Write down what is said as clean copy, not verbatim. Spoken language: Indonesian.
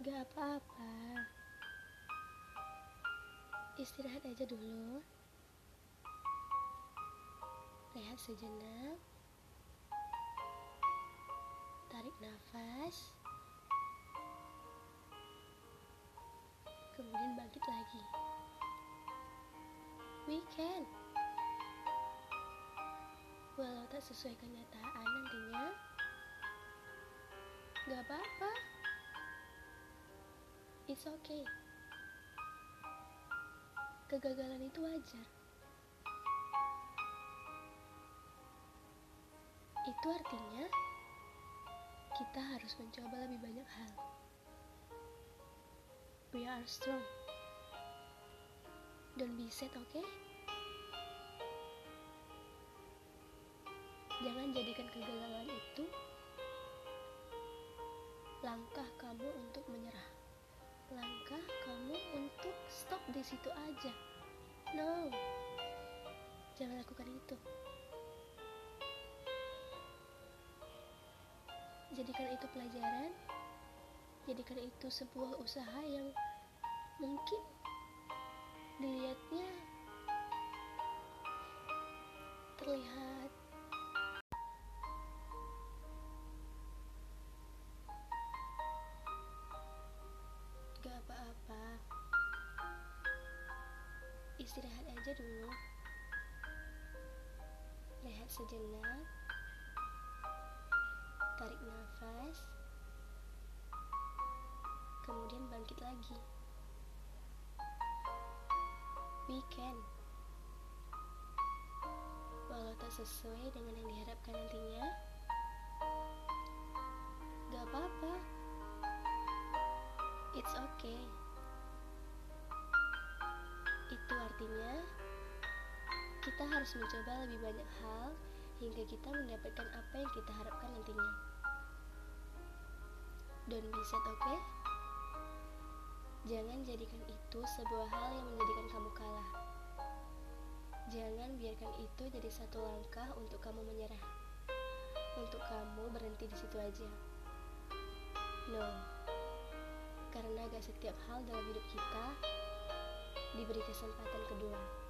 Gak apa-apa, istirahat aja dulu. Rehat sejenak, tarik nafas, kemudian bangkit lagi. We can. Walau tak sesuai kenyataan nantinya, gak apa-apa. It's okay. Kegagalan itu wajar. Itu artinya kita harus mencoba lebih banyak hal. We are strong. Don't be sad, okay? Jangan jadikan kegagalan itu langkah kamu untuk menyerah. Langkah kamu untuk stop di situ aja. No, jangan lakukan itu. Jadikan itu pelajaran. Jadikan itu sebuah usaha yang mungkin dilihatnya terlihat gak apa-apa. Istirahat aja dulu. Rehat sejenak. Tarik nafas. Kemudian bangkit lagi. We can. Walau tak sesuai dengan yang diharapkan nantinya, gak apa-apa. It's okay. Itu artinya kita harus mencoba lebih banyak hal hingga kita mendapatkan apa yang kita harapkan nantinya. Don't be sad, okay? Jangan jadikan itu sebuah hal yang menjadikan kamu kalah. Jangan biarkan itu jadi satu langkah untuk kamu menyerah, untuk kamu berhenti di situ aja. No, karena gak setiap hal dalam hidup kita diberi kesempatan kedua.